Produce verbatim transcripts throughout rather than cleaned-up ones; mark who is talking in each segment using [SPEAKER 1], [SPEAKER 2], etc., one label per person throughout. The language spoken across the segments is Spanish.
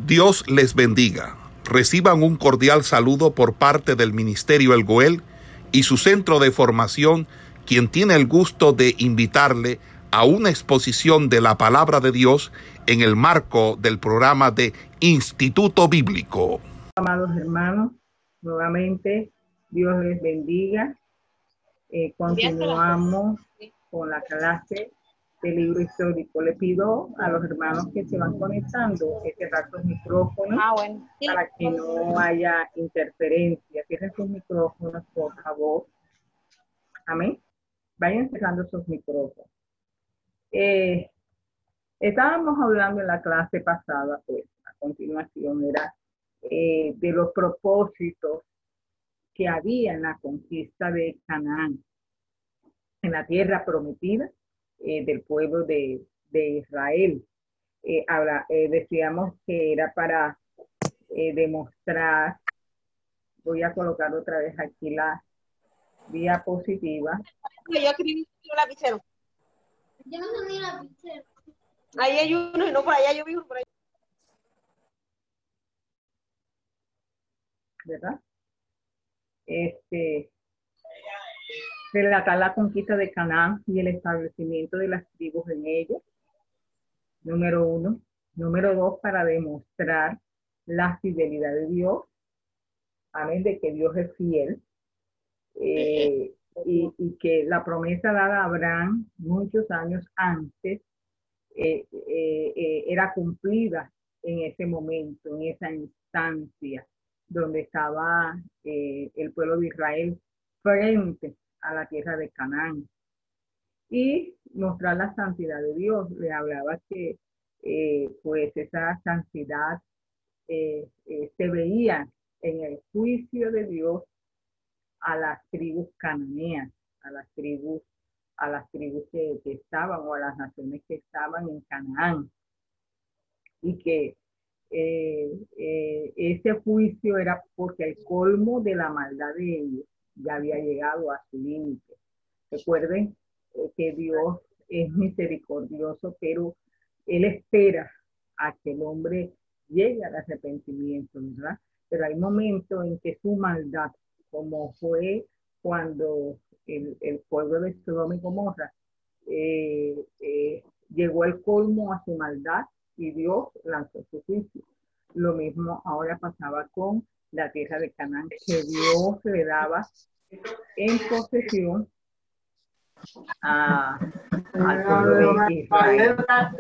[SPEAKER 1] Dios les bendiga. Reciban un cordial saludo por parte del Ministerio El Goel y su centro de formación, quien tiene el gusto de invitarle a una exposición de la Palabra de Dios en el marco del programa de Instituto Bíblico.
[SPEAKER 2] Amados hermanos, nuevamente Dios les bendiga. Eh, continuamos con la clase del libro histórico. Le pido a los hermanos que se van conectando que cerrar sus micrófonos ah, bueno. sí. para que no haya interferencia. Cierren sus micrófonos, por favor. Amén. Vayan cerrando sus micrófonos. Eh, estábamos hablando en la clase pasada, pues, a continuación era eh, de los propósitos que había en la conquista de Canaán, en la tierra prometida eh, del pueblo de, de Israel. Eh, habla, eh, decíamos que era para eh, demostrar, voy a colocar otra vez aquí la diapositiva.
[SPEAKER 3] Yo escribí un lapicero. Yo no tenía lapicero. Ahí hay uno y no por allá, yo vivo por allá.
[SPEAKER 2] ¿Verdad? Este, relatar la conquista de Canaán y el establecimiento de las tribus en ella. Número uno. Número dos, para demostrar la fidelidad de Dios. Amén, de que Dios es fiel. Eh, y, y que la promesa dada a Abraham muchos años antes eh, eh, eh, era cumplida en ese momento, en esa instancia donde estaba eh, el pueblo de Israel frente a la tierra de Canaán. Y mostrar la santidad de Dios. Le hablaba que eh, pues esa santidad eh, eh, se veía en el juicio de Dios a las tribus cananeas, a las tribus, a las tribus que, que estaban o a las naciones que estaban en Canaán. Y que eh, eh, ese juicio era porque el colmo de la maldad de ellos ya había llegado a su límite. Recuerden eh, que Dios es misericordioso, pero Él espera a que el hombre llegue al arrepentimiento, ¿verdad? Pero hay momentos en que su maldad, como fue cuando el, el pueblo de Sodoma y Gomorra eh, eh, llegó el colmo a su maldad y Dios lanzó su juicio. Lo mismo ahora pasaba con la tierra de Canaán, que Dios le daba en posesión a, al pueblo de Israel.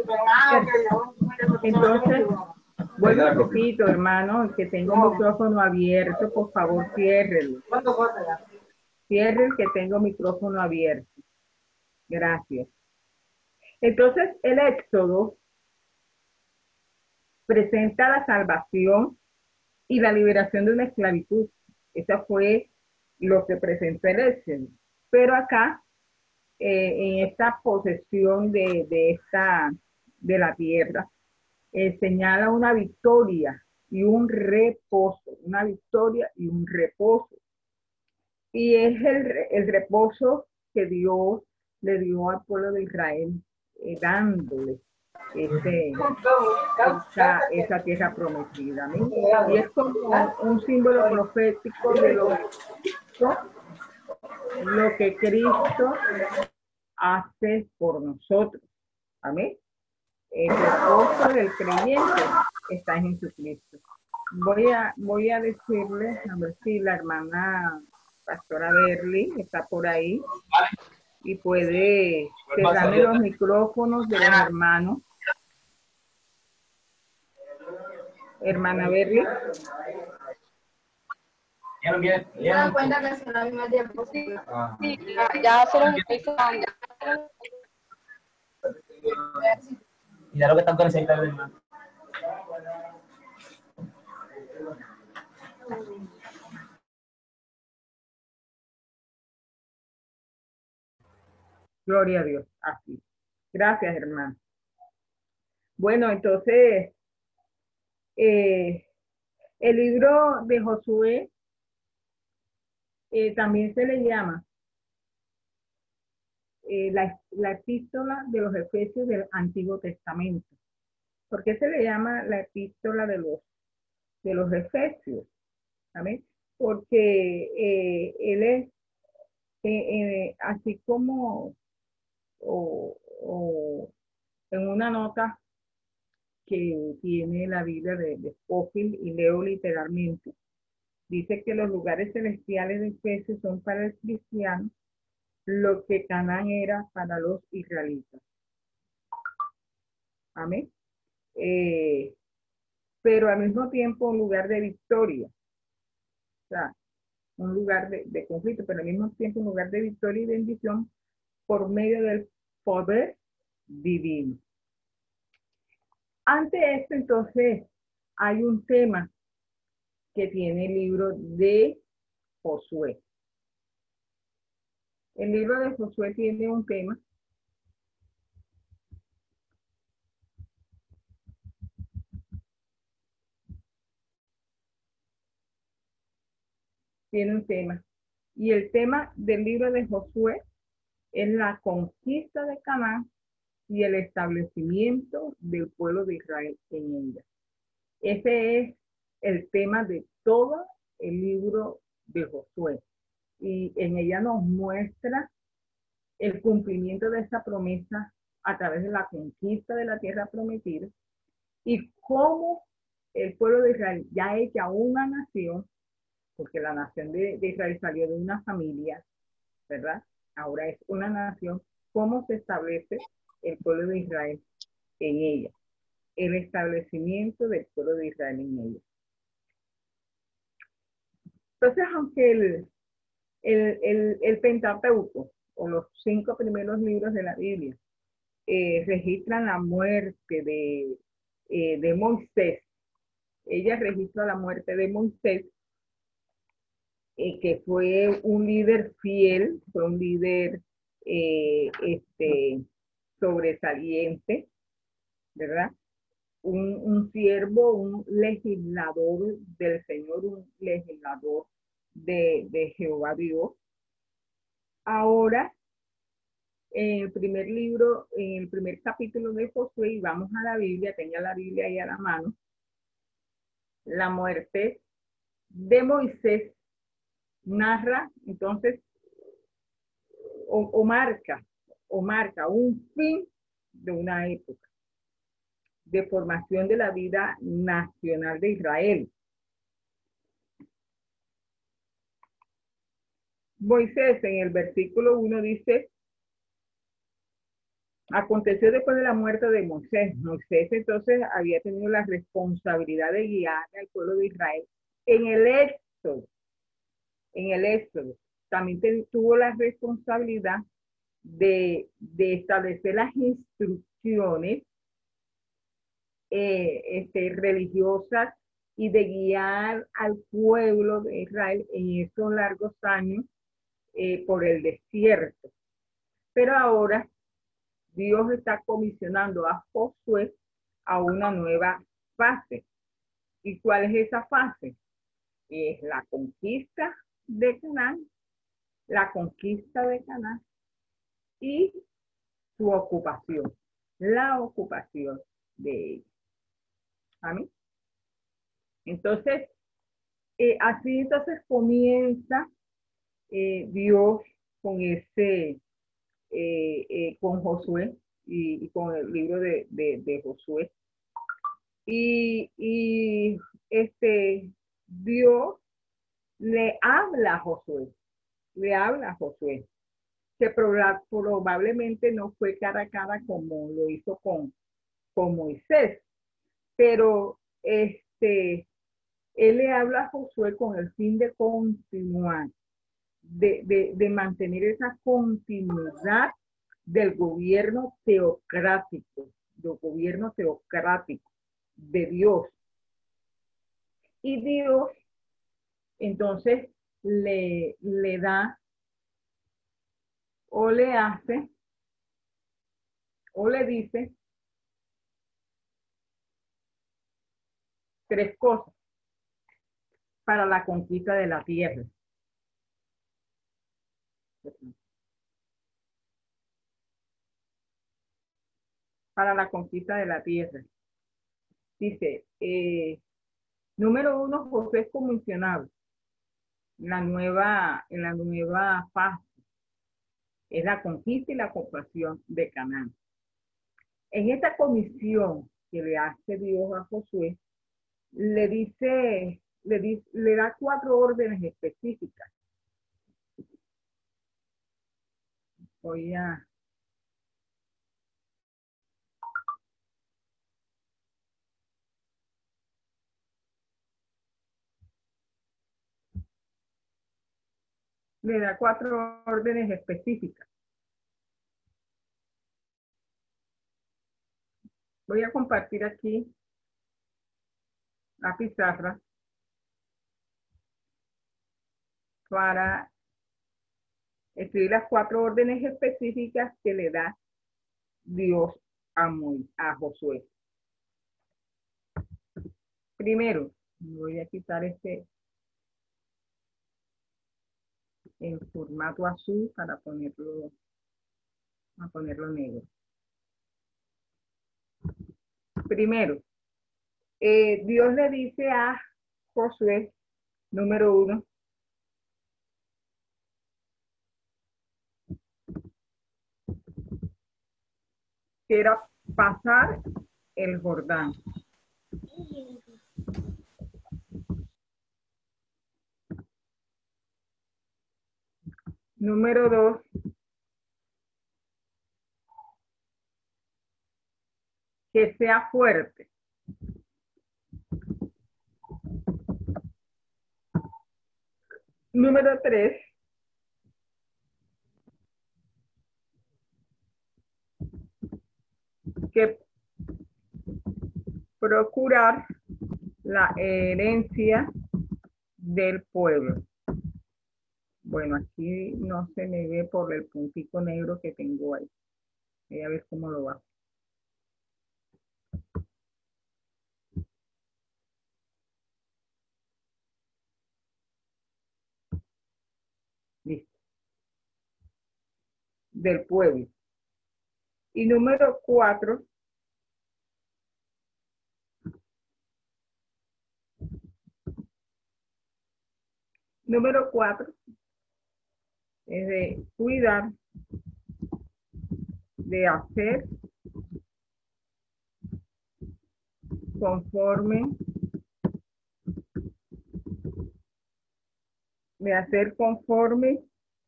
[SPEAKER 2] Entonces, vuelvo un poquito, hermano, que tengo un micrófono abierto, por favor, ciérrelo. Cierre el que tengo micrófono abierto. Gracias. Entonces, el Éxodo presenta la salvación y la liberación de una esclavitud. Eso fue lo que presentó el Éxodo. Pero acá, eh, en esta posesión de, de, esta, de la tierra, eh, señala una victoria y un reposo, una victoria y un reposo. Y es el, el reposo que Dios le dio al pueblo de Israel, eh, dándole ese, esa, esa tierra prometida, ¿no? Y es como un símbolo profético de lo, lo que Cristo hace por nosotros. Amén. El reposo del creyente está en Jesucristo. Voy a, voy a decirles, a ver si la hermana Pastora Berly está por ahí y puede cerrarme los micrófonos de los hermanos. Hermana Berly.
[SPEAKER 4] Ya me dan cuenta que es la misma diapositiva. Sí, ya se lo empezaron. Y ya lo que están con el celular del hermano.
[SPEAKER 2] Gloria a Dios. Así. Gracias, hermano. Bueno, entonces, eh, el libro de Josué eh, también se le llama eh, la, la epístola de los Efesios del Antiguo Testamento. ¿Por qué se le llama la epístola de los, de los Efesios? ¿Amén? Porque eh, él es, eh, eh, así como o, o en una nota que tiene la Biblia de, de Scofield, y leo literalmente, dice que los lugares celestiales de Efesios son para el cristiano lo que Canaán era para los israelitas. Amén. Eh, pero al mismo tiempo un lugar de victoria. O sea, un lugar de, de conflicto, pero al mismo tiempo un lugar de victoria y bendición por medio del poder divino. Ante esto, entonces, hay un tema que tiene el libro de Josué. El libro de Josué tiene un tema tiene un tema. Y el tema del libro de Josué es la conquista de Canaán y el establecimiento del pueblo de Israel en ella. Ese es el tema de todo el libro de Josué. Y en ella nos muestra el cumplimiento de esa promesa a través de la conquista de la tierra prometida y cómo el pueblo de Israel, ya hecha una nación, porque la nación de, de Israel salió de una familia, ¿verdad? Ahora es una nación, cómo se establece el pueblo de Israel en ella, el establecimiento del pueblo de Israel en ella. Entonces, aunque el, el, el, el Pentateuco, o los cinco primeros libros de la Biblia, eh, registran la muerte de, eh, de Moisés, ella registra la muerte de Moisés, eh, que fue un líder fiel, fue un líder eh, este, sobresaliente, ¿verdad? Un, un siervo, un legislador del Señor, un legislador de, de Jehová Dios. Ahora, en el primer libro, en el primer capítulo de Josué, y vamos a la Biblia, tenga la Biblia ahí a la mano, la muerte de Moisés narra, entonces, o, o marca, o marca un fin de una época de formación de la vida nacional de Israel. Moisés en el versículo uno dice, aconteció después de la muerte de Moisés. Moisés entonces había tenido la responsabilidad de guiar al pueblo de Israel en el éxodo. En el éxodo. También te, tuvo la responsabilidad de, de establecer las instrucciones eh, este, religiosas y de guiar al pueblo de Israel en estos largos años eh, por el desierto. Pero ahora Dios está comisionando a Josué a una nueva fase. ¿Y cuál es esa fase? Es la conquista de Canaán, la conquista de Canaán y su ocupación, la ocupación de ella. ¿Amén? Entonces, eh, así entonces comienza eh, Dios con ese, eh, eh, con Josué y, y con el libro de, de, de Josué. Y, y este, Dios le habla a Josué, le habla a Josué, que proba, probablemente no fue cara a cara como lo hizo con, con Moisés, pero este, él le habla a Josué con el fin de continuar, de, de, de mantener esa continuidad del gobierno teocrático, del gobierno teocrático de Dios. Y Dios entonces le, le da o le hace o le dice tres cosas para la conquista de la tierra. Para la conquista de la tierra. Dice, eh, número uno, Josué es comisionado. La nueva, en la nueva fase es la conquista y la ocupación de Canaán. En esta comisión que le hace Dios a Josué, le dice, le, dice, le da cuatro órdenes específicas. Voy a... Le da cuatro órdenes específicas. Voy a compartir aquí la pizarra para escribir las cuatro órdenes específicas que le da Dios a, Moisés, a Josué. Primero, voy a quitar este en formato azul para ponerlo, a ponerlo negro. Primero, eh, Dios le dice a Josué, número uno, que era pasar el Jordán. Número dos, que sea fuerte. Número tres, que procurar la herencia del pueblo. Bueno, aquí no se me ve por el puntito negro que tengo ahí. Voy a ver cómo lo va. Listo. Del pueblo. Y número cuatro, número cuatro es de cuidar, de hacer conforme, de hacer conforme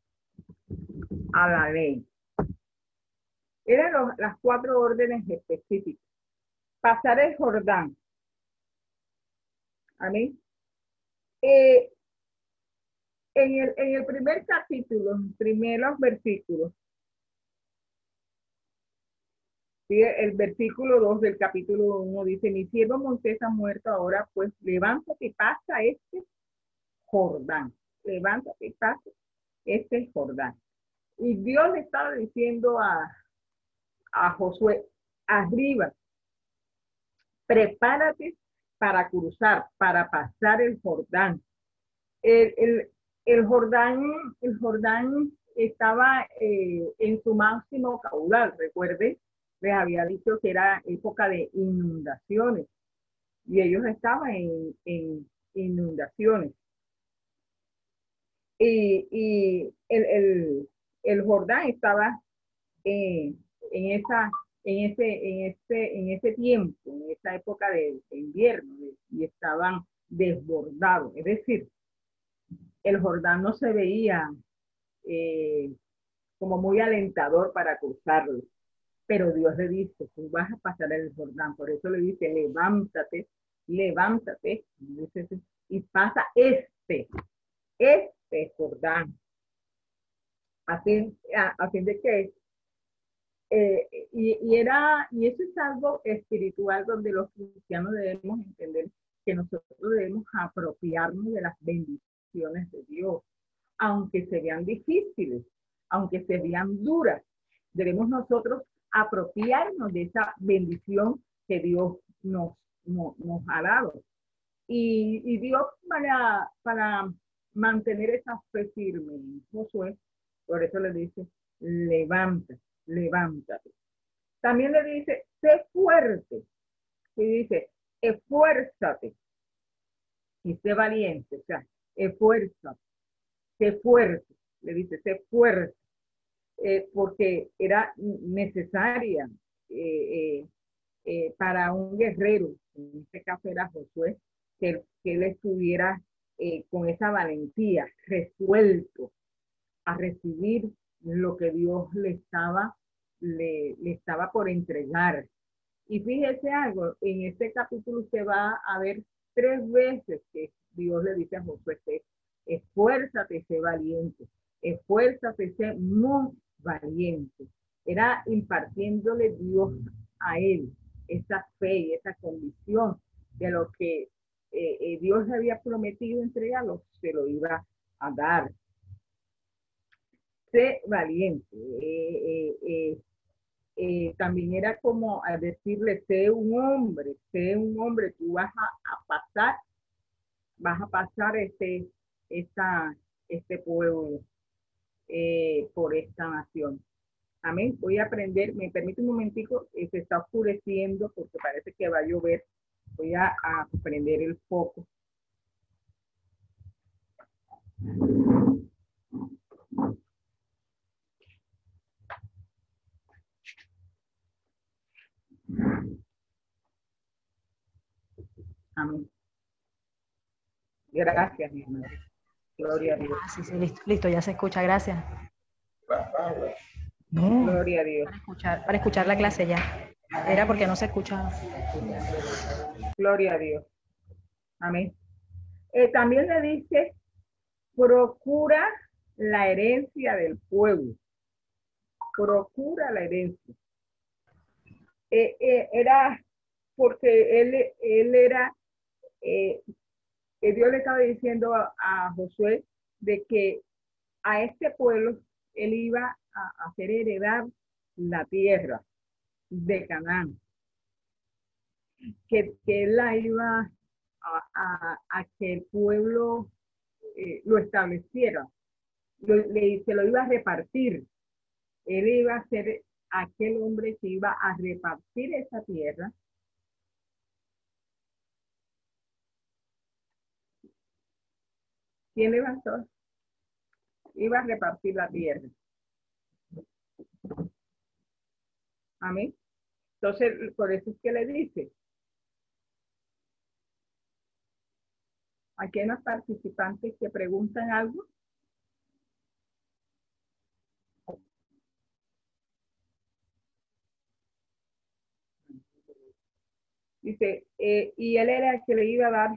[SPEAKER 2] a la ley. Eran los, las cuatro órdenes específicas. Pasar el Jordán. Amén. Eh, en, el, en el primer capítulo, primeros versículos, ¿sí? El versículo dos del capítulo uno dice, mi siervo Moisés ha muerto ahora, pues levántate y pasa este Jordán. Levántate y pasa este Jordán. Y Dios le estaba diciendo a, a Josué, arriba, prepárate para cruzar, para pasar el Jordán. El, el, el Jordán, el Jordán estaba eh, en su máximo caudal, recuerde, les había dicho que era época de inundaciones y ellos estaban en, en inundaciones. Y, y el, el, el Jordán estaba eh, en, esa, en, ese, en, ese, en ese tiempo, en esa época de, de invierno, de, y estaban desbordados. Es decir, el Jordán no se veía eh, como muy alentador para cruzarlo. Pero Dios le dice, tú vas a pasar el Jordán. Por eso le dice, levántate, levántate, y pasa este, este Jordán. A fin, a, a fin de que, eh, y, y, era, y eso es algo espiritual donde los cristianos debemos entender que nosotros debemos apropiarnos de las bendiciones de Dios, aunque se vean difíciles, aunque se vean duras, debemos nosotros apropiarnos de esa bendición que Dios nos, nos, nos ha dado. Y, y Dios para, para mantener esa fe firme en Josué, por eso le dice, levántate, levántate. También le dice, sé fuerte. Y dice, esfuérzate y sé valiente, o sea, esfuérzate, sé fuerte, le dice, sé fuerte, eh, porque era necesaria eh, eh, eh, para un guerrero, en este caso era Josué, que, que él estuviera eh, con esa valentía, resuelto a recibir lo que Dios le estaba, le, le estaba por entregar. Y fíjese algo, en este capítulo usted va a ver tres veces que Dios le dice a Josué, esfuérzate, sé valiente, esfuérzate, sé muy valiente. Era impartiéndole Dios a él esa fe y esa condición de lo que eh, eh, Dios le había prometido entregarlo, se lo iba a dar. Sé valiente. Eh, eh, eh, eh, también era como a decirle, sé un hombre, sé un hombre, tú vas a, a pasar, vas a pasar este, esta, este pueblo eh, por esta nación. Amén. Voy a aprender, me permite un momentico, eh, se está oscureciendo porque parece que va a llover. Voy a, a prender el foco. Amén. Gracias, mi madre. Gloria a Dios.
[SPEAKER 5] Ah, sí, sí, listo, listo, ya se escucha, gracias. No,
[SPEAKER 2] Gloria a Dios.
[SPEAKER 5] para escuchar, para escuchar la clase ya. Era porque no se escuchaba.
[SPEAKER 2] Gloria a Dios. Amén. Eh, también le dice, procura la herencia del pueblo. Procura la herencia. Eh, eh, era porque él, él era, eh, que Dios le estaba diciendo a, a Josué de que a este pueblo él iba a hacer heredar la tierra de Canaán, que, que él la iba a, a, a que el pueblo eh, lo estableciera, lo, le, se lo iba a repartir, él iba a ser aquel hombre que iba a repartir esa tierra. ¿Quién levantó? Iba a repartir la tierra. Amén. Entonces, por eso es que le dice, aquí hay unos participantes que preguntan algo. Dice, eh, y él era el que le iba a dar,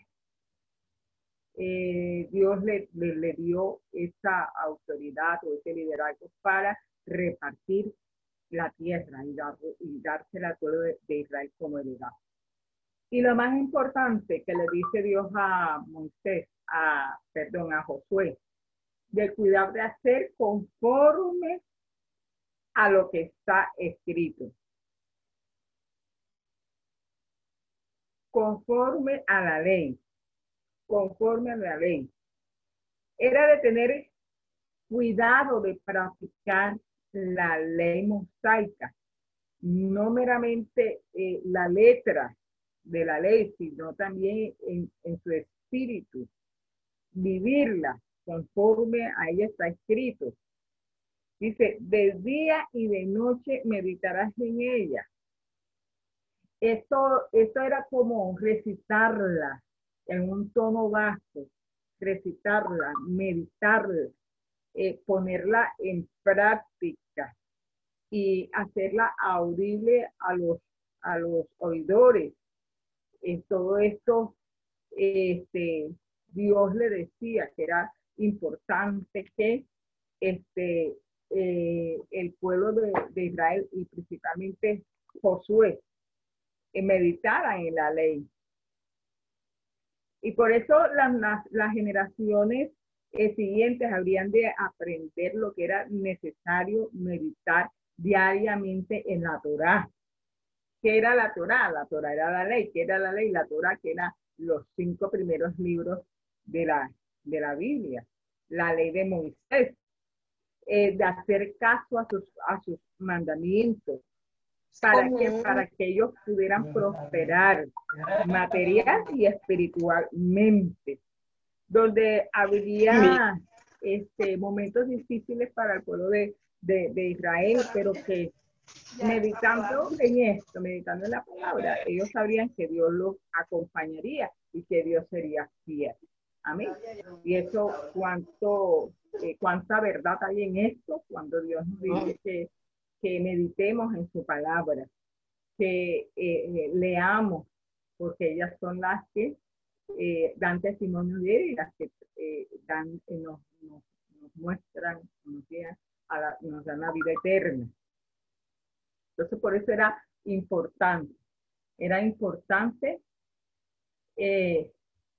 [SPEAKER 2] eh, Dios le, le, le dio esa autoridad o ese liderazgo para repartir la tierra y, dar, y dársela al pueblo de, de Israel como heredad. Y lo más importante que le dice Dios a Moisés, a, perdón, a Josué, de cuidar de hacer conforme a lo que está escrito. Conforme a la ley. Conforme a la ley. Era de tener cuidado de practicar la ley mosaica. No meramente eh, la letra de la ley, sino también en, en su espíritu. Vivirla conforme a ella está escrito. Dice, de día y de noche meditarás en ella. Esto, esto era como recitarla en un tono bajo, recitarla, meditarla, eh, ponerla en práctica y hacerla audible a los, a los oidores. En todo esto, este, Dios le decía que era importante que este, eh, el pueblo de, de Israel y principalmente Josué eh, meditaran en la ley. Y por eso las, las, las generaciones eh, siguientes habrían de aprender lo que era necesario meditar diariamente en la Torá. ¿Qué era la Torá? La Torá era la ley. ¿Qué era la ley? La Torá, que eran los cinco primeros libros de la, de la Biblia. La ley de Moisés. Eh, de hacer caso a sus, a sus mandamientos. para que, para que ellos pudieran prosperar material y espiritualmente, donde habría este, momentos difíciles para el pueblo de, de, de Israel, pero que meditando en esto, meditando en la palabra, ellos sabrían que Dios los acompañaría y que Dios sería fiel. Amén. Y eso, cuánto, eh, cuánta verdad hay en esto, cuando Dios nos dice que, que meditemos en su palabra, que eh, eh, leamos, porque ellas son las que eh, dan testimonio de él y las que eh, dan, eh, nos, nos, nos muestran, nos, a la, nos dan la vida eterna. Entonces, por eso era importante, era importante eh,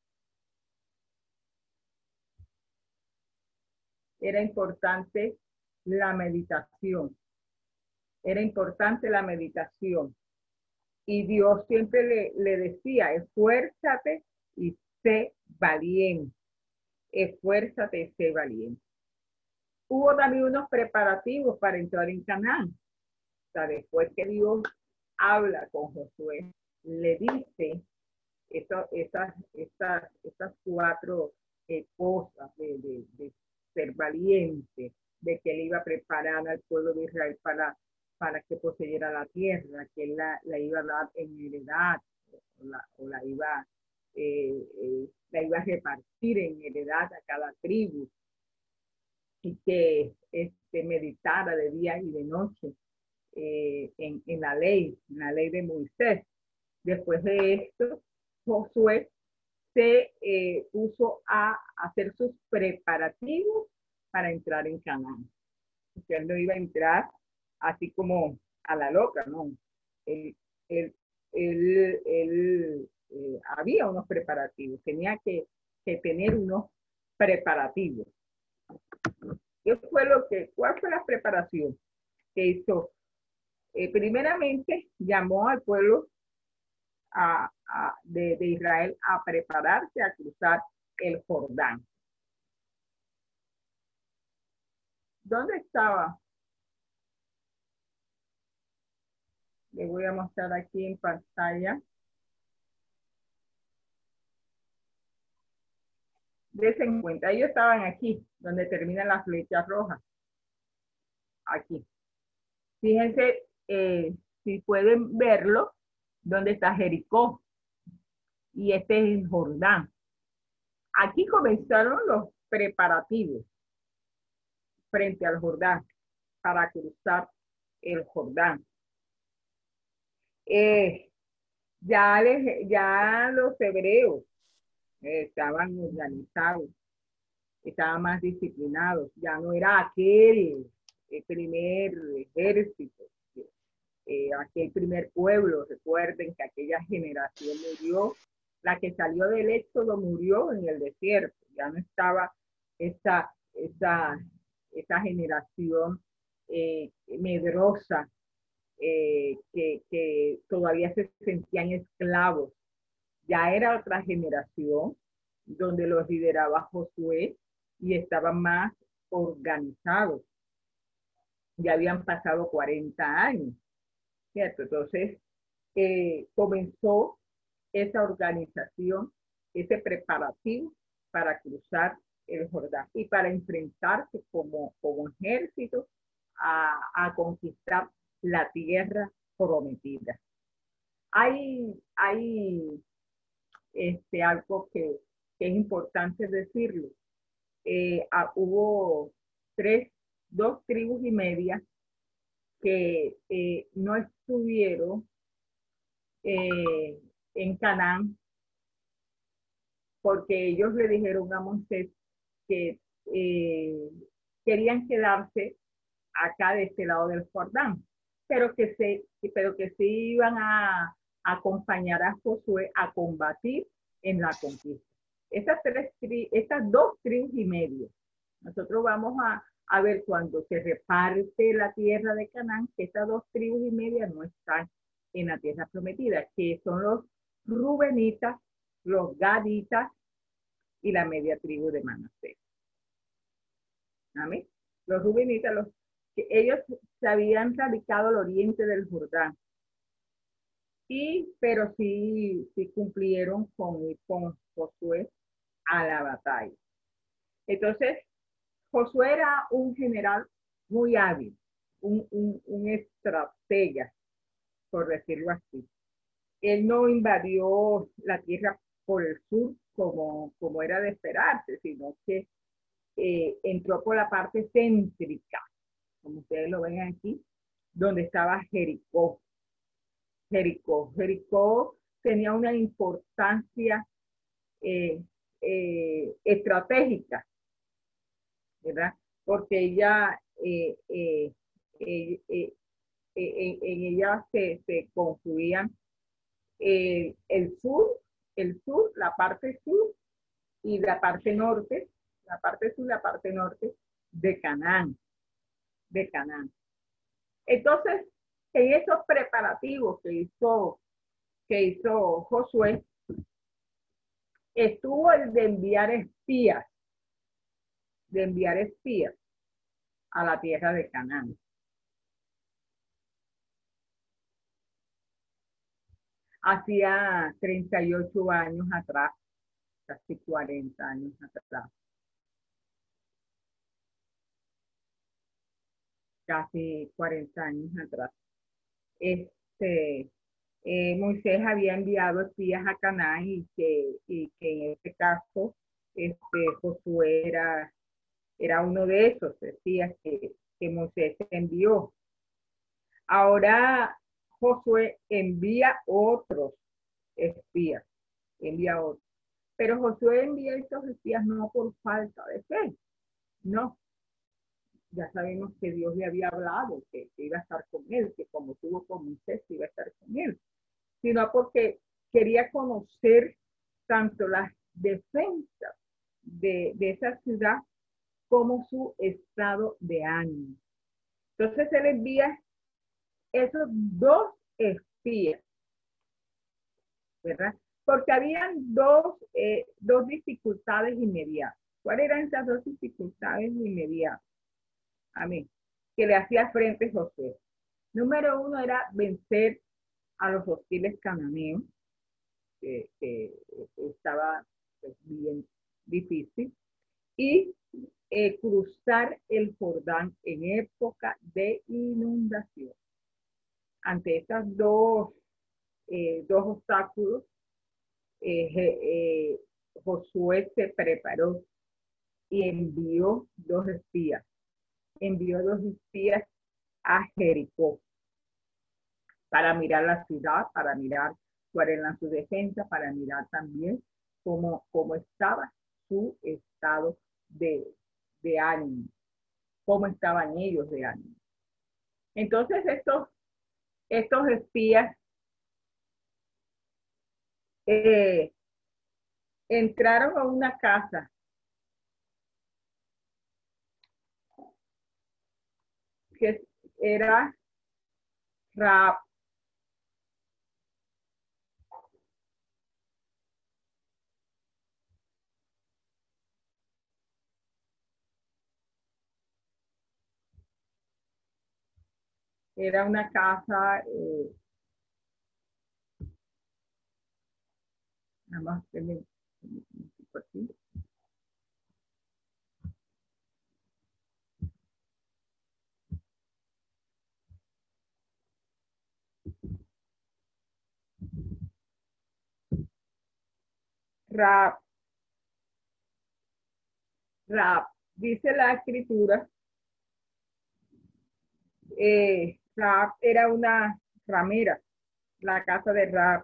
[SPEAKER 2] era importante la meditación, era importante la meditación. Y Dios siempre le, le decía, esfuérzate y sé valiente, esfuérzate y sé valiente. Hubo también unos preparativos para entrar en Canaán. O sea, después que Dios habla con Josué, le dice eso, esas, esas, esas cuatro eh, cosas de, de, de ser valiente, de que él iba a preparar al pueblo de Israel para, para que poseyera la tierra, que él la, la iba a dar en heredad, o la, o la, iba, eh, eh, la iba a repartir en heredad a cada tribu, y que este, meditara de día y de noche eh, en, en la ley, en la ley de Moisés. Después de esto, Josué se eh, puso a hacer sus preparativos para entrar en Canaán. Porque él no iba a entrar así como a la loca, ¿no? Él, él, él, él eh, había unos preparativos, tenía que, que tener unos preparativos. ¿Qué fue lo que, cuál fue la preparación que hizo? Eh, primeramente, llamó al pueblo A, a, de, de Israel a prepararse a cruzar el Jordán. ¿Dónde estaba? Le voy a mostrar aquí en pantalla. Dese en cuenta, ellos estaban aquí, donde terminan las flechas rojas. Aquí. Fíjense, eh, si pueden verlo, donde está Jericó. Y este es el Jordán. Aquí comenzaron los preparativos frente al Jordán para cruzar el Jordán. Eh, ya, les, ya los hebreos eh, estaban organizados, estaban más disciplinados, ya no era aquel el primer ejército, eh, aquel primer pueblo. Recuerden que aquella generación murió, la que salió del éxodo murió en el desierto, ya no estaba esa, esa, esa generación eh, medrosa, eh, que, que todavía se sentían esclavos. Ya era otra generación donde los lideraba Josué y estaban más organizados. Ya habían pasado cuarenta años, ¿cierto? Entonces, eh, comenzó esa organización, ese preparativo para cruzar el Jordán y para enfrentarse como, como ejército a, a conquistar la tierra prometida. Hay, hay este, algo que, que es importante decirlo. Eh, ah, hubo tres, dos tribus y media que eh, no estuvieron eh, en Canaán, porque ellos le dijeron a Moisés que eh, querían quedarse acá de este lado del Jordán, pero que se, pero que se iban a, a acompañar a Josué a combatir en la conquista. Estas, tres, estas dos tribus y medio, nosotros vamos a, a ver cuando se reparte la tierra de Canaán, que estas dos tribus y media no están en la tierra prometida, que son los rubenitas, los gaditas y la media tribu de Manasés. Amén. Los rubenitas, los que ellos se habían radicado al oriente del Jordán. Y, pero sí, sí cumplieron con ir con Josué a la batalla. Entonces, Josué era un general muy hábil, un, un, un estratega, por decirlo así. Él no invadió la tierra por el sur como, como era de esperarse, sino que eh, entró por la parte céntrica, como ustedes lo ven aquí, donde estaba Jericó. Jericó. Jericó tenía una importancia eh, eh, estratégica, ¿verdad? Porque ella, eh, eh, eh, eh, eh, en ella se, se confluían eh, el sur, el sur, la parte sur y la parte norte, la parte sur y la parte norte de Canaán, de Canaán. Entonces, en esos preparativos que hizo, que hizo Josué, estuvo el de enviar espías, de enviar espías a la tierra de Canaán. Hacía treinta y ocho años atrás, casi cuarenta años atrás. Casi cuarenta años atrás. Este, eh, Moisés había enviado espías a Canaán y que, y que en este caso este, Josué era, era uno de esos espías que, que Moisés envió. Ahora Josué envía otros espías, envía otros. Pero Josué envía estos espías no por falta de fe, no. Ya sabemos que Dios le había hablado, que, que iba a estar con él, que como tuvo con Moisés iba a estar con él, sino porque quería conocer tanto las defensas de, de esa ciudad como su estado de ánimo. Entonces él envía esos dos espías, ¿verdad? Porque habían dos, eh, dos dificultades inmediatas. ¿Cuáles eran esas dos dificultades inmediatas? Amén. Que le hacía frente Josué. Número uno era vencer a los hostiles cananeos, que, que estaba pues, bien difícil, y eh, cruzar el Jordán en época de inundación. Ante estas dos, eh, dos obstáculos, eh, eh, Josué se preparó y envió dos espías. Envió dos espías a Jericó para mirar la ciudad, para mirar cuál era su defensa, para mirar también cómo, cómo estaba su estado de, de ánimo, cómo estaban ellos de ánimo. Entonces estos, estos espías eh, entraron a una casa que era Raab. Era una casa, eh, nada más que me, me, me aquí. Raab, Raab, dice la escritura, eh, Raab era una ramera, la casa de Raab.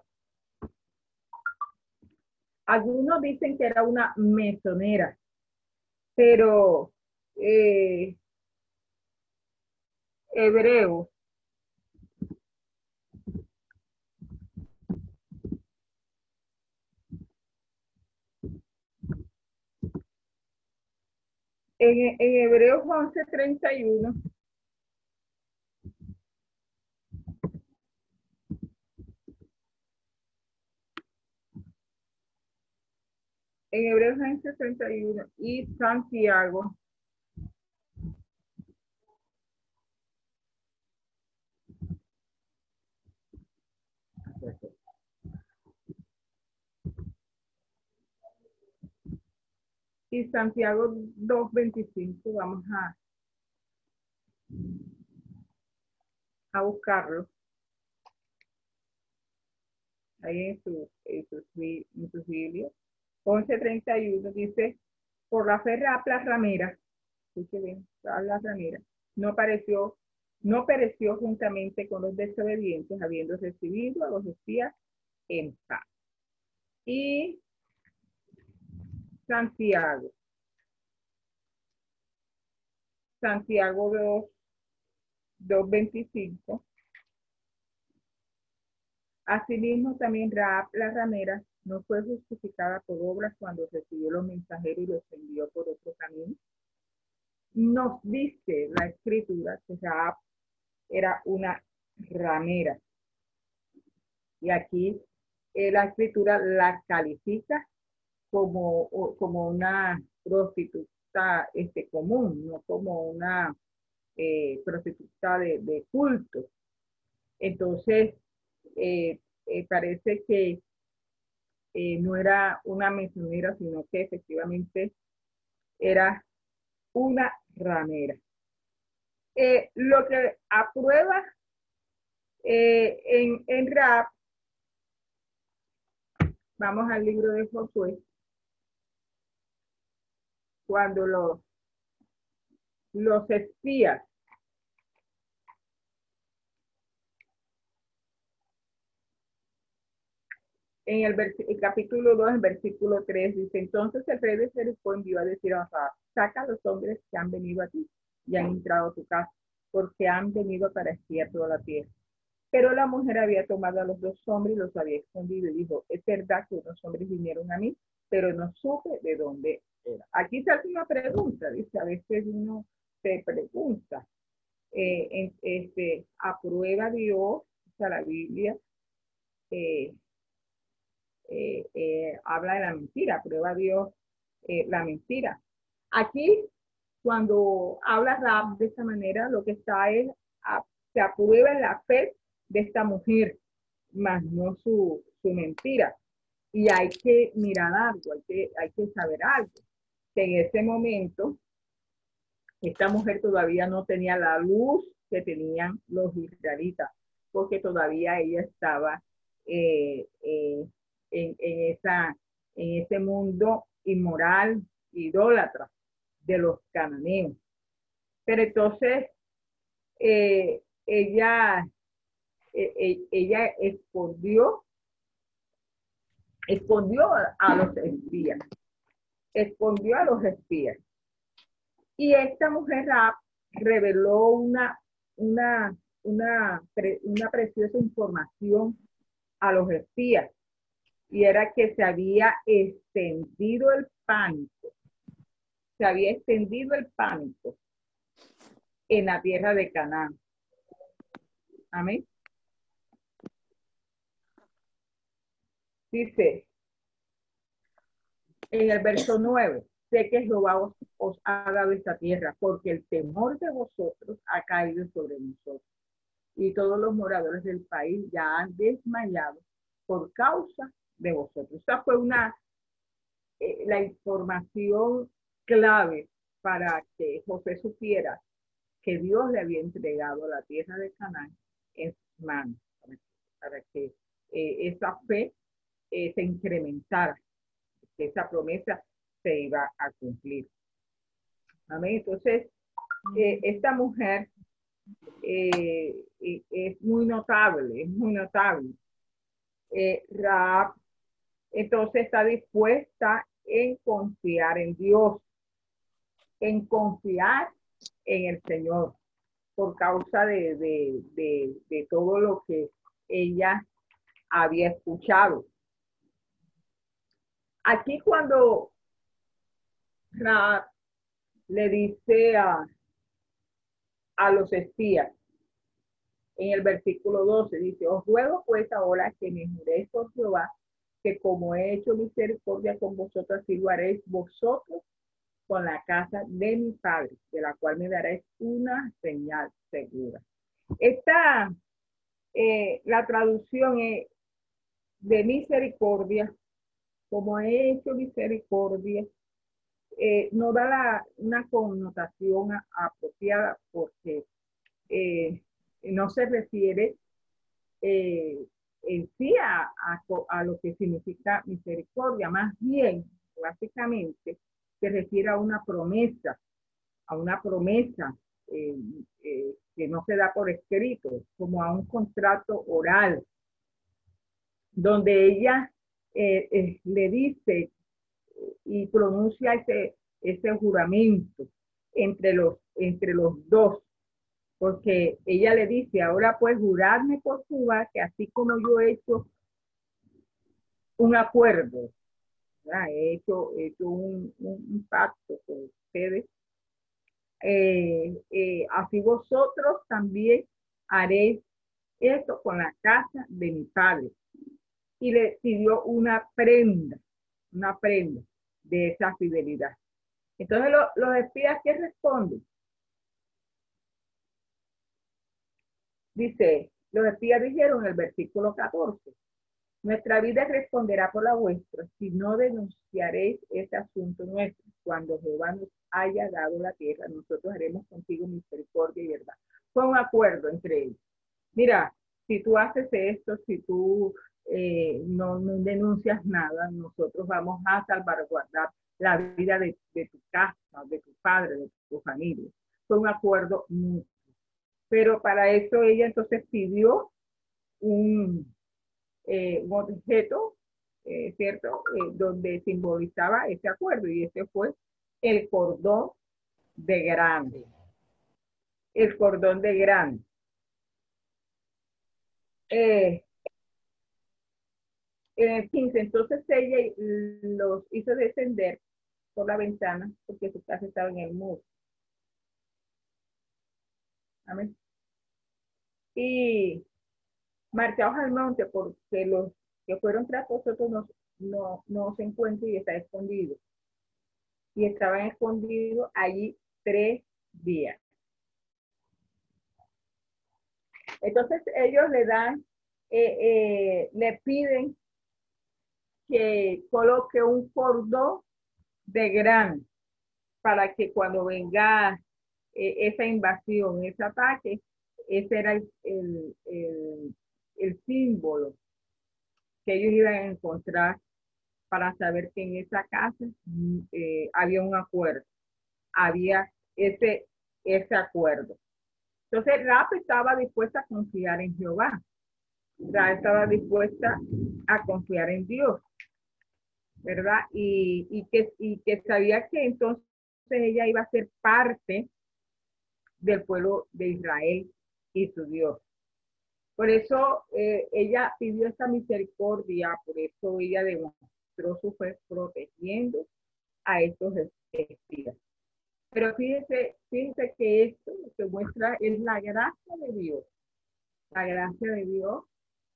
[SPEAKER 2] Algunos dicen que era una mesonera, pero eh, hebreo en, en Hebreos once treinta y uno en Hebreos once treinta y uno y Santiago Y Santiago dos veinticinco, vamos a, a buscarlo. Ahí en su, en su, en su Biblia. once treinta y uno dice, por la fe Raab la ramera, escuche bien, Raab la ramera, no pareció, no pereció juntamente con los desobedientes, habiendo recibido a los espías en paz. Y Santiago, Santiago dos, dos veinticinco. Asimismo también Raab la ramera no fue justificada por obras cuando recibió los mensajeros y los envió por otro camino. Nos dice la escritura que Raab era una ramera. Y aquí eh, la escritura la califica como, como una prostituta este, común, no como una eh, prostituta de, de culto. Entonces, eh, eh, parece que eh, no era una misionera, sino que efectivamente era una ramera. Eh, lo que aprueba eh, en, en Raab, vamos al libro de Josué, cuando los, los espías en el, el capítulo dos, en versículo tres, dice, entonces el rey de Jericó envió a decir a Raab, saca a los hombres que han venido a ti y han entrado a tu casa, porque han venido para espiar toda la tierra. Pero la mujer había tomado a los dos hombres y los había escondido y dijo, es verdad que unos hombres vinieron a mí, pero no supe de dónde era. Aquí está una pregunta, dice, a veces uno se pregunta, eh, en, este, ¿aprueba Dios, o sea, la Biblia, eh, eh, eh, habla de la mentira, aprueba Dios eh, la mentira? Aquí, cuando habla Raab de esta manera, lo que está es, a, se aprueba la fe de esta mujer, más no su, su mentira. Y hay que mirar algo, hay que, hay que saber algo. Que en ese momento, esta mujer todavía no tenía la luz que tenían los israelitas, porque todavía ella estaba eh, eh, en, en, esa, en ese mundo inmoral, idólatra de los cananeos. Pero entonces, eh, ella, eh, ella escondió, escondió a los espías, escondió a los espías. Y esta mujer Raab reveló una, una, una, pre, una preciosa información a los espías, y era que se había extendido el pánico, se había extendido el pánico en la tierra de Canaán. Amén. Dice en el verso nueve, sé que Jehová os, os ha dado esta tierra, porque el temor de vosotros ha caído sobre nosotros, y todos los moradores del país ya han desmayado por causa de vosotros. Esta fue una, eh, la información clave para que José supiera que Dios le había entregado la tierra de Canaán en sus manos, para, para que eh, esa fe eh, se incrementara, que esa promesa se iba a cumplir. Amén. Entonces, eh, esta mujer eh, eh, es muy notable, es muy notable. Eh, Raab, entonces, está dispuesta en confiar en Dios, en confiar en el Señor, por causa de, de, de, de todo lo que ella había escuchado. Aquí cuando Raab le dice a, a los espías, en el versículo doce, dice, os ruego pues ahora que me juréis por Jehová, que como he hecho misericordia con vosotros, así lo haréis vosotros con la casa de mi padre, de la cual me daréis una señal segura. Esta, eh, la traducción es de misericordia, como he hecho misericordia eh, no da la, una connotación a, apropiada porque eh, no se refiere eh, en sí a, a, a lo que significa misericordia, más bien, básicamente, se refiere a una promesa, a una promesa eh, eh, que no se da por escrito, como a un contrato oral, donde ella eh, eh, le dice y pronuncia ese, ese juramento entre los, entre los dos, porque ella le dice, ahora pues jurarme por Cuba que así como yo he hecho un acuerdo, ¿verdad? he hecho, he hecho un, un, un pacto con ustedes, eh, eh, así vosotros también haréis esto con la casa de mi padre. Y le pidió una prenda, una prenda de esa fidelidad. Entonces lo, los espías, ¿qué responden? Dice, los espías dijeron en el versículo catorce, nuestra vida responderá por la vuestra, si no denunciaréis ese asunto nuestro. Cuando Jehová nos haya dado la tierra, nosotros haremos contigo misericordia y verdad. Fue un acuerdo entre ellos. Mira, si tú haces esto, si tú eh, no, no denuncias nada, nosotros vamos a salvaguardar la vida de, de tu casa, de tu padre, de tu familia. Fue un acuerdo mutuo. Pero para eso ella entonces pidió un, eh, un objeto, eh, ¿cierto? Eh, donde simbolizaba ese acuerdo, y ese fue el cordón de grande. El cordón de grande. Eh, en el quince, entonces ella los hizo descender por la ventana porque su casa estaba en el muro. Amén. Y marchados al monte porque los que fueron tras vosotros no, no, no se encuentran y está escondido. Y estaban escondidos allí tres días. Entonces ellos le dan, eh, eh, le piden que coloque un cordón de gran para que cuando venga eh, esa invasión, ese ataque, ese era el, el, el, el símbolo que ellos iban a encontrar para saber que en esa casa eh, había un acuerdo, había ese, ese acuerdo. Entonces Rahab estaba dispuesta a confiar en Jehová. Rahab estaba dispuesta a confiar en Dios, ¿verdad? Y, y, que, y que sabía que entonces ella iba a ser parte del pueblo de Israel y su Dios. Por eso eh, ella pidió esta misericordia, por eso ella demostró su fe protegiendo a estos espías. Pero fíjense, fíjense que esto lo que muestra es la gracia de Dios, la gracia de Dios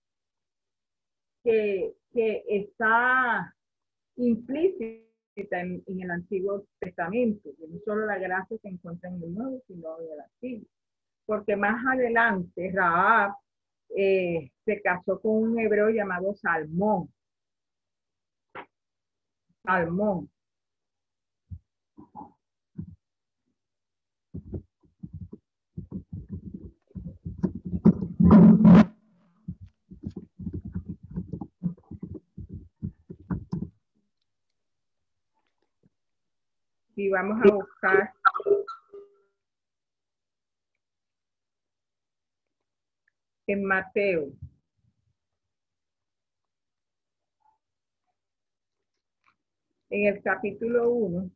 [SPEAKER 2] que, que está implícita en, en el Antiguo Testamento, que no solo la gracia se encuentra en el Nuevo, sino en el Antiguo. Porque más adelante Rahab eh, se casó con un hebreo llamado Salmón. Salmón. Y vamos a buscar en Mateo. En el capítulo uno.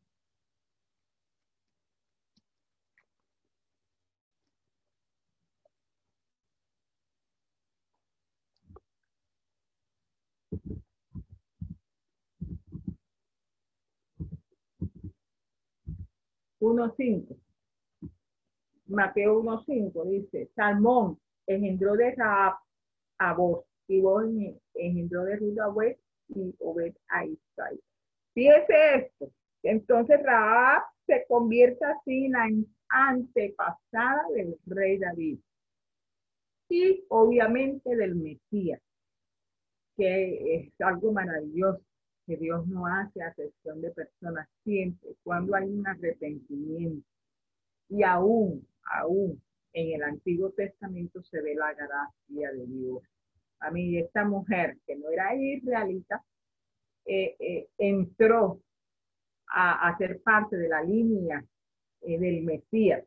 [SPEAKER 2] uno cinco. Mateo uno cinco dice, Salmón engendró de Rahab a Boz, y Boz engendró de Ruth a Obed, y Obed a Isaí. Fíjese esto, entonces Rahab se convierte así en la antepasada del rey David y obviamente del Mesías, que es algo maravilloso. que Dios no hace acepción de personas siempre, cuando hay un arrepentimiento. Y aún, aún en el Antiguo Testamento se ve la gracia de Dios. A mí esta mujer, que no era israelita, eh, eh, entró a, a ser parte de la línea eh, del Mesías.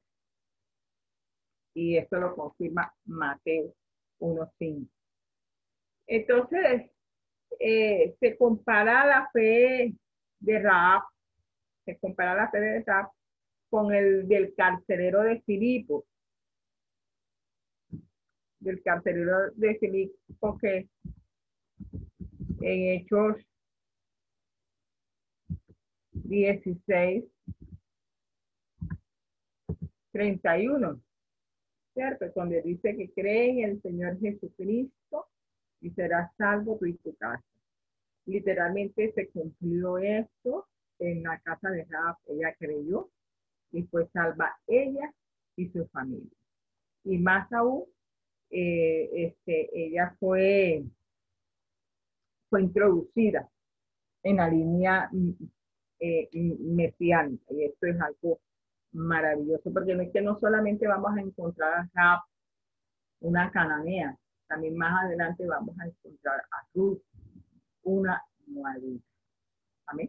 [SPEAKER 2] Y esto lo confirma Mateo uno cinco. Entonces, eh, se compara la fe de Rahab, se compara la fe de Rahab con el del carcelero de Filipo, del carcelero de Filipo que en Hechos dieciséis, treinta y uno, ¿cierto? Donde dice que cree en el Señor Jesucristo y serás salvo tú y tu casa. Literalmente se cumplió esto en la casa de Rahab. Ella creyó y fue salva ella y su familia. Y más aún, eh, este, ella fue, fue introducida en la línea eh, mesiánica. Y esto es algo maravilloso, porque no es que no solamente vamos a encontrar a Rahab, una cananea, también más adelante vamos a encontrar a Ruth, una moabita. Amén.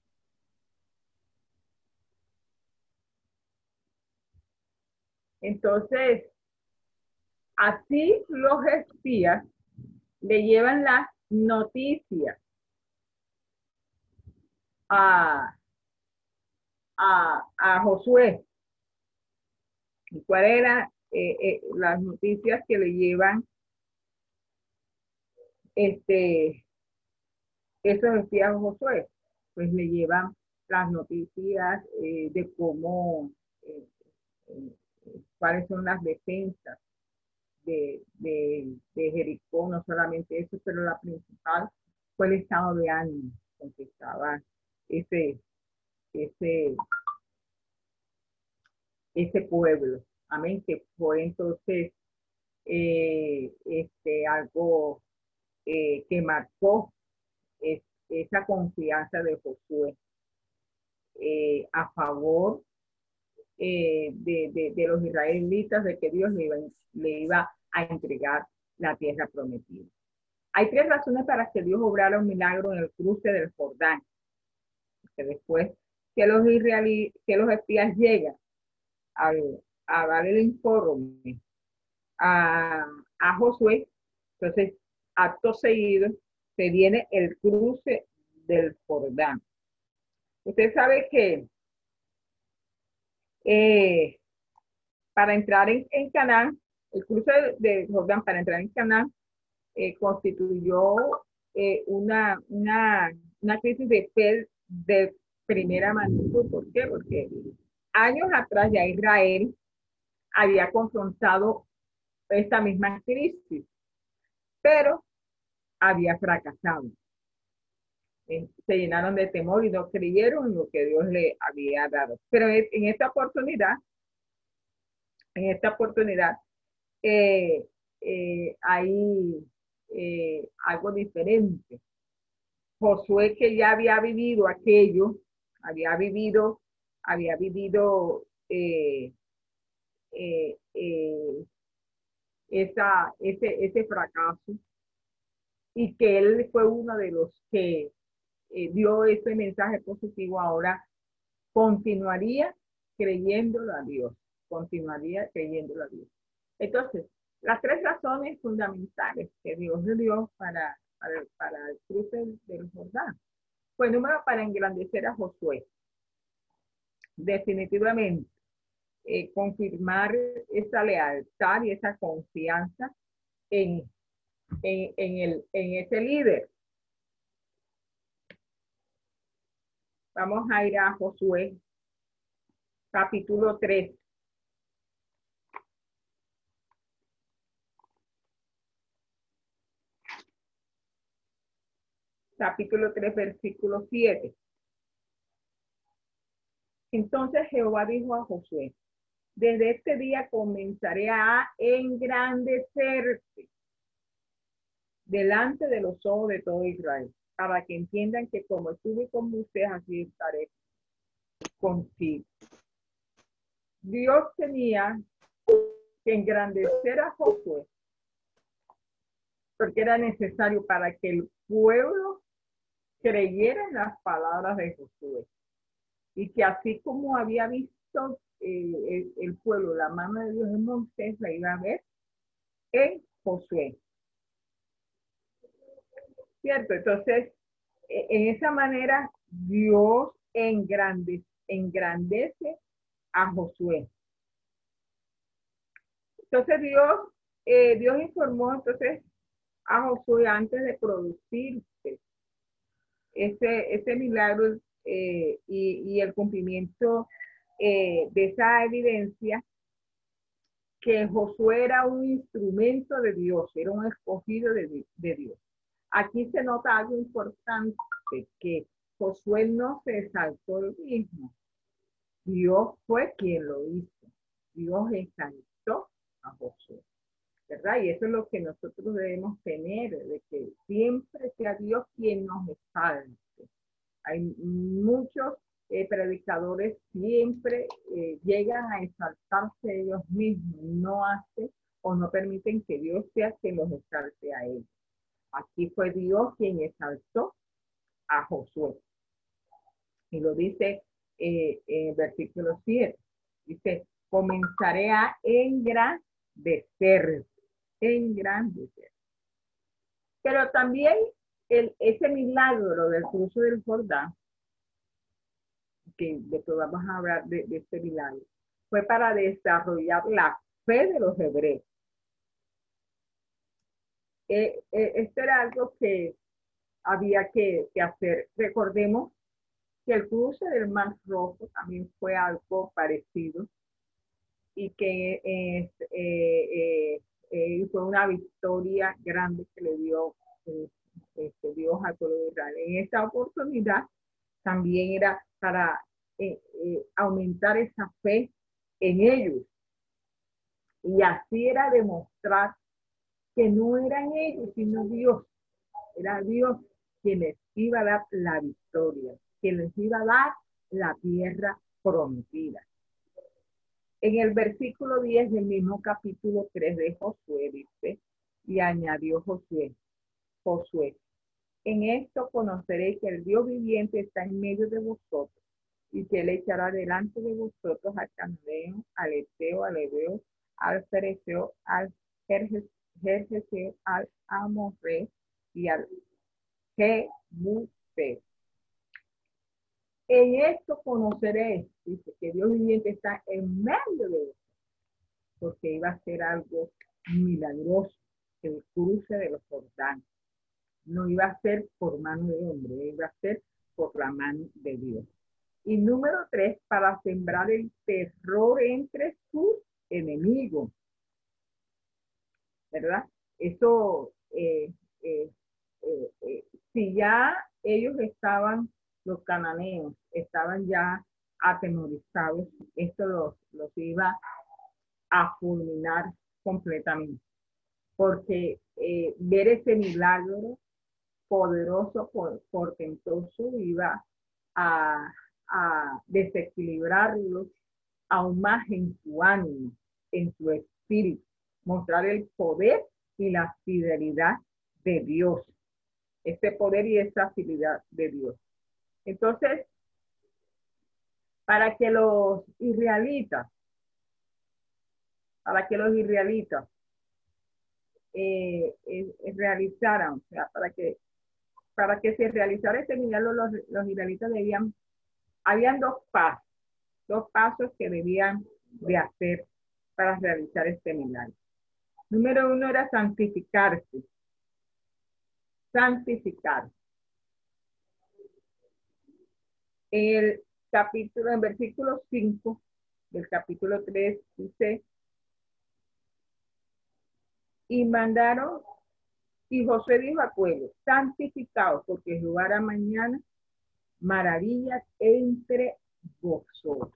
[SPEAKER 2] Entonces, así los espías le llevan las noticias a, a, a Josué. ¿Y cuáles eran eh, eh, las noticias que le llevan este, esos espías a Josué? Pues le llevan las noticias eh, de cómo, eh, eh, cuáles son las defensas de, de, de Jericó, no solamente eso, pero la principal fue el estado de ánimo con que estaba ese, ese, ese pueblo. Amén, que fue entonces eh, este, algo eh, que marcó es, esa confianza de Josué eh, a favor eh, de, de, de los israelitas, de que Dios le iba, le iba a entregar la tierra prometida. Hay tres razones para que Dios obrara un milagro en el cruce del Jordán. Que después que los israelíes, que los espías llegan a, a dar el informe a, a Josué, entonces acto seguido se viene el cruce del Jordán. Usted sabe que eh, para entrar en, en Canaán, el cruce del Jordán para entrar en Canaán eh, constituyó eh, una, una, una crisis de fe de primera magnitud. ¿Por qué? Porque años atrás ya Israel había confrontado esta misma crisis, pero había fracasado. Eh, se llenaron de temor y no creyeron en lo que Dios le había dado. Pero en esta oportunidad, en esta oportunidad, eh, eh, hay eh, algo diferente. Josué, que ya había vivido aquello, había vivido, había vivido eh, eh, eh, esa, ese, ese fracaso, y que él fue uno de los que eh, dio ese mensaje positivo, ahora continuaría creyéndolo a Dios, continuaría creyéndolo a Dios. Entonces, las tres razones fundamentales que Dios le dio para, para, para el cruce del, del Jordán. Pues número, para engrandecer a Josué. Definitivamente, eh, confirmar esa lealtad y esa confianza en, en, en, el, en ese líder. Vamos a ir a Josué, capítulo tres. Capítulo tres, versículo siete. Entonces Jehová dijo a Josué: desde este día comenzaré a engrandecerte delante de los ojos de todo Israel. para que entiendan que como estuve con ustedes, así estaré contigo. Dios tenía que engrandecer a Josué, porque era necesario para que el pueblo creyera en las palabras de Josué. Y que así como había visto eh, el, el pueblo, la mano de Dios en Moisés, la iba a ver en Josué. ¿Cierto? Entonces, en esa manera, Dios engrandece, engrandece a Josué. Entonces, Dios, eh, Dios informó entonces a Josué antes de producirse ese, ese milagro eh, y, y el cumplimiento eh, de esa evidencia, que Josué era un instrumento de Dios, era un escogido de, de Dios. Aquí se nota algo importante, que Josué no se exaltó él mismo. Dios fue quien lo hizo. Dios exaltó a Josué, ¿verdad? Y eso es lo que nosotros debemos tener, de que siempre sea Dios quien nos exalte. Hay muchos eh, predicadores siempre eh, llegan a exaltarse ellos mismos, no hacen o no permiten que Dios sea quien los exalte a ellos. Aquí fue Dios quien exaltó a Josué. Y lo dice eh, en el versículo siete. Dice, comenzaré a engrandecer, engrandecer. Pero también el, ese milagro del cruce del Jordán, que de que vamos a hablar de, de este milagro, fue para desarrollar la fe de los hebreos. Eh, eh, esto era algo que había que, que hacer. Recordemos que el cruce del Mar Rojo también fue algo parecido y que eh, eh, eh, eh, fue una victoria grande que le dio eh, este, Dios al pueblo de Israel. En esta oportunidad también era para eh, eh, aumentar esa fe en ellos. Y así era demostrar que no eran ellos, sino Dios. Era Dios quien les iba a dar la victoria, quien les iba a dar la tierra prometida. En el versículo diez del mismo capítulo tres de Josué dice, y añadió Josué, Josué, en esto conoceréis que el Dios viviente está en medio de vosotros, y que él echará delante de vosotros al cananeo, al eteo, al hebeo, al fereceo, al jerjeseo, al amorreo y al jebuseo. En esto conoceréis, dice, que Dios viviente está en medio de vosotros, porque iba a ser algo milagroso, el cruce de los Jordanes. No iba a ser por mano de hombre, iba a ser por la mano de Dios. Y número tres, para sembrar el terror entre sus enemigos. ¿Verdad? Eso, eh, eh, eh, eh, si ya ellos estaban, los cananeos, estaban ya atemorizados, esto los, los iba a fulminar completamente. Porque eh, ver ese milagro poderoso, portentoso, iba a, a desequilibrarlos aún más en su ánimo, en su espíritu, mostrar el poder y la fidelidad de Dios, este poder y esta fidelidad de Dios. Entonces, para que los israelitas, para que los israelitas eh, eh, realizaran, o sea, para que para que se realizara este milagro, los, los israelitas debían, habían dos pasos, dos pasos que debían de hacer para realizar este milagro. Número uno era santificarse, santificarse. El capítulo, en versículo cinco del capítulo tres dice, y mandaron, y Josué dijo al pueblo, santificaos, porque Jehová hará mañana maravillas entre vosotros.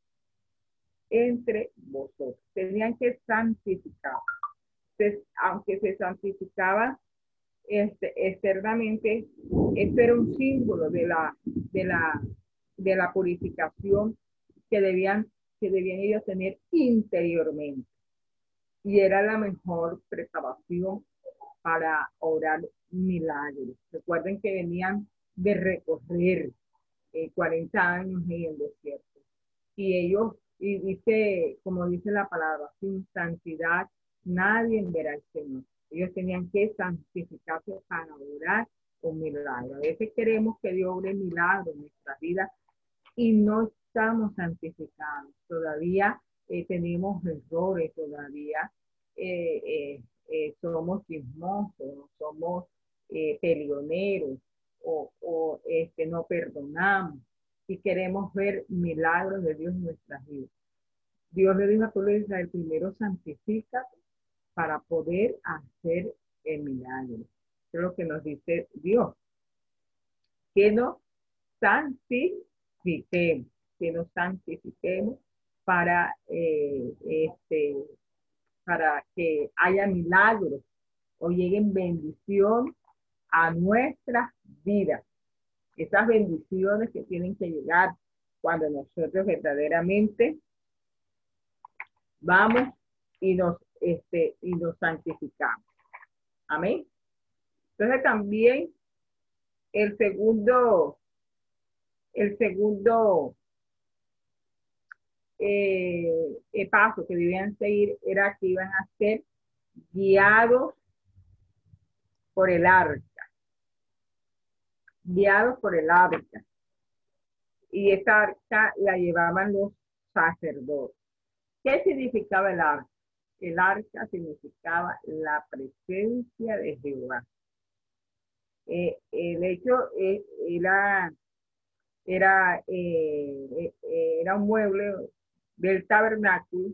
[SPEAKER 2] Entre vosotros. Tenían que santificar. Entonces, aunque se santificaban este, externamente, esto era un símbolo de la, de la, de la purificación que debían, que debían ellos tener interiormente. Y era la mejor preparación para orar milagros. Recuerden que venían de recorrer eh, cuarenta años en el desierto. Y ellos, y dice, como dice la palabra, sin santidad nadie verá al Señor. Ellos tenían que santificarse para orar un milagro. A veces queremos que Dios obre milagros en nuestra vida y no estamos santificados. Todavía eh, tenemos errores, todavía eh, eh, eh, somos chismosos, somos eh, peleoneros o, o este, no perdonamos y queremos ver milagros de Dios en nuestras vidas. Dios le dijo a pueblo de Israel, primero santifícate para poder hacer el milagro. Eso es lo que nos dice Dios. Que nos santifiquemos, que nos santifiquemos para, eh, este, para que haya milagros o lleguen bendición a nuestras vidas. Esas bendiciones que tienen que llegar cuando nosotros verdaderamente vamos y nos, este, y nos santificamos. Amén. Entonces también el segundo, el segundo eh, el paso que debían seguir era que iban a ser guiados por el arca. Guiados por el arca. Y esta arca la llevaban los sacerdotes. ¿Qué significaba el arca? El arca significaba la presencia de Jehová. Eh, el hecho eh, era, era, eh, eh, era un mueble del tabernáculo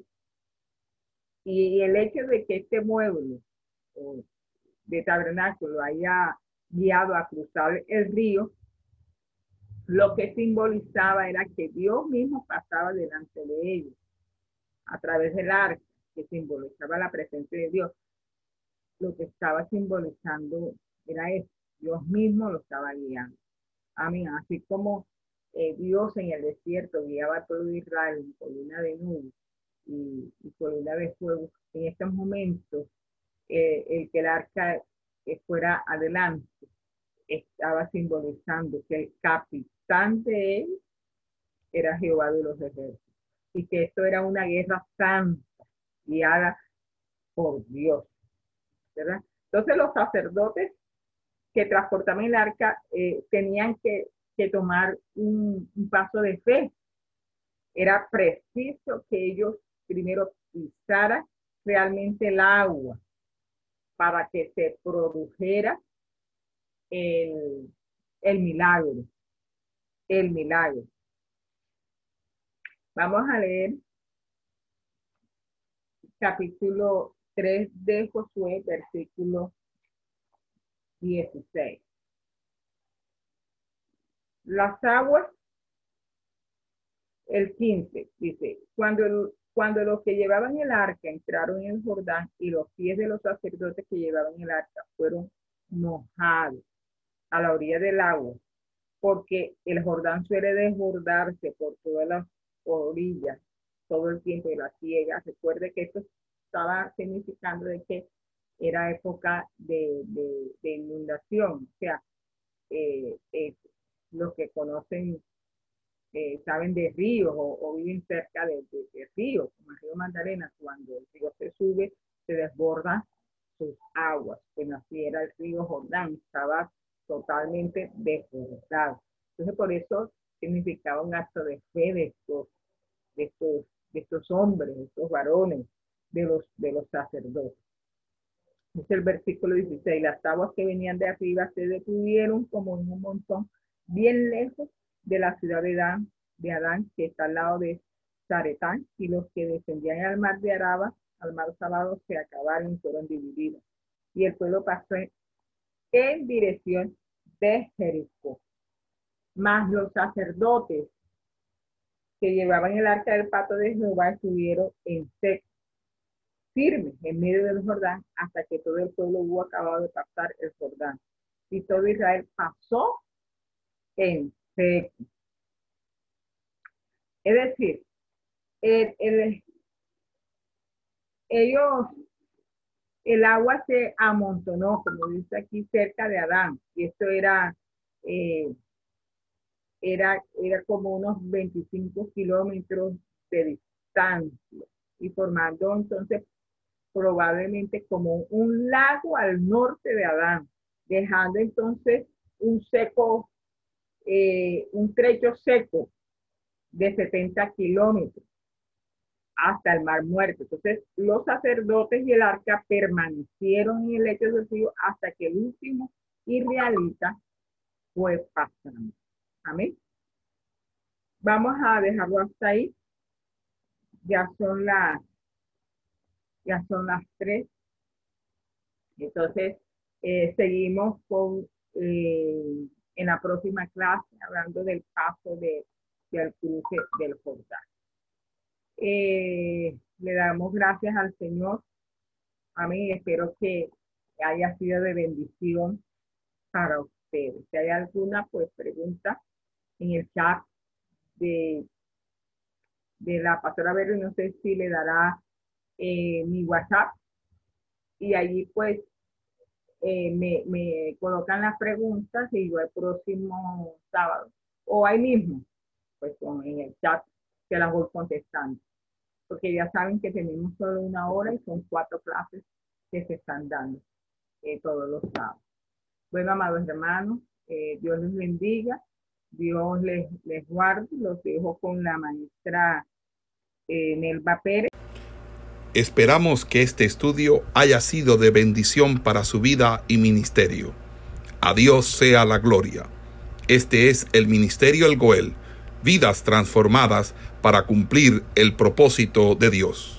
[SPEAKER 2] y el hecho de que este mueble eh, de tabernáculo haya guiado a cruzar el río, lo que simbolizaba era que Dios mismo pasaba delante de ellos a través del arca, que simbolizaba la presencia de Dios. Lo que estaba simbolizando era eso, Dios mismo lo estaba guiando. Amén. Así como eh, Dios en el desierto guiaba a todo Israel en columna de nube y, y columna de fuego, en estos momentos eh, el que el arca eh, fuera adelante estaba simbolizando que el capitán de él era Jehová de los ejércitos y que esto era una guerra santa guiada por Dios, ¿verdad? Entonces los sacerdotes que transportaban el arca eh, tenían que, que tomar un, un paso de fe. Era preciso que ellos primero pisaran realmente el agua para que se produjera el, el milagro. El milagro. Vamos a leer capítulo tres de Josué, versículo dieciséis. Las aguas, el quince, dice, cuando, el, cuando los que llevaban el arca entraron en el Jordán y los pies de los sacerdotes que llevaban el arca fueron mojados a la orilla del agua, porque el Jordán suele desbordarse por todas las orillas todo el tiempo de la siega. Recuerde que esto estaba significando de que era época de, de, de inundación. O sea, eh, eh, los que conocen, eh, saben de ríos o, o viven cerca de, de, de ríos, como el río Magdalena, cuando el río se sube, se desborda sus aguas. Bueno, así era el río Jordán, estaba totalmente desbordado. Entonces, por eso significaba un acto de fe de estos, de estos, de estos hombres, de estos varones, de los, de los sacerdotes. Es el versículo dieciséis. Las aguas que venían de arriba se detuvieron como en un montón, bien lejos de la ciudad de Adán, de Adán, que está al lado de Zaretán, y los que descendían al mar de Araba, al mar Salado, se acabaron y fueron divididos. Y el pueblo pasó en dirección de Jericó. Mas los sacerdotes que llevaban el arca del pacto de Jehová estuvieron en seco, firmes en medio del Jordán hasta que todo el pueblo hubo acabado de pasar el Jordán. Y todo Israel pasó en seco. Es decir, el, el, ellos, el agua se amontonó, como dice aquí, cerca de Adán. Y esto era, eh, era, era como unos veinticinco kilómetros de distancia. Y formando entonces probablemente como un lago al norte de Adán, dejando entonces un seco, eh, un trecho seco de setenta kilómetros hasta el Mar Muerto. Entonces, los sacerdotes y el arca permanecieron en el lecho del río hasta que el último israelita fue pasando. Amén. Vamos a dejarlo hasta ahí. Ya son las, ya son las tres. Entonces, eh, seguimos con, eh, en la próxima clase, hablando del paso de, del cruce del Jordán. Eh, le damos gracias al Señor. Amén. Espero que haya sido de bendición para ustedes. Si hay alguna, pues, pregunta en el chat de, de la pastora Vero, no sé si le dará eh, mi WhatsApp. Y allí, pues, eh, me, me colocan las preguntas y yo el próximo sábado, o ahí mismo, pues, con, en el chat, que las voy contestando. Porque ya saben que tenemos solo una hora y son cuatro clases que se están dando eh, todos los sábados. Bueno, amados hermanos, eh, Dios les bendiga, Dios les, les guarde. Los dejo con la maestra eh, Nelva Pérez.
[SPEAKER 1] Esperamos que este estudio haya sido de bendición para su vida y ministerio. A Dios sea la gloria. Este es el Ministerio El Goel, vidas transformadas para cumplir el propósito de Dios.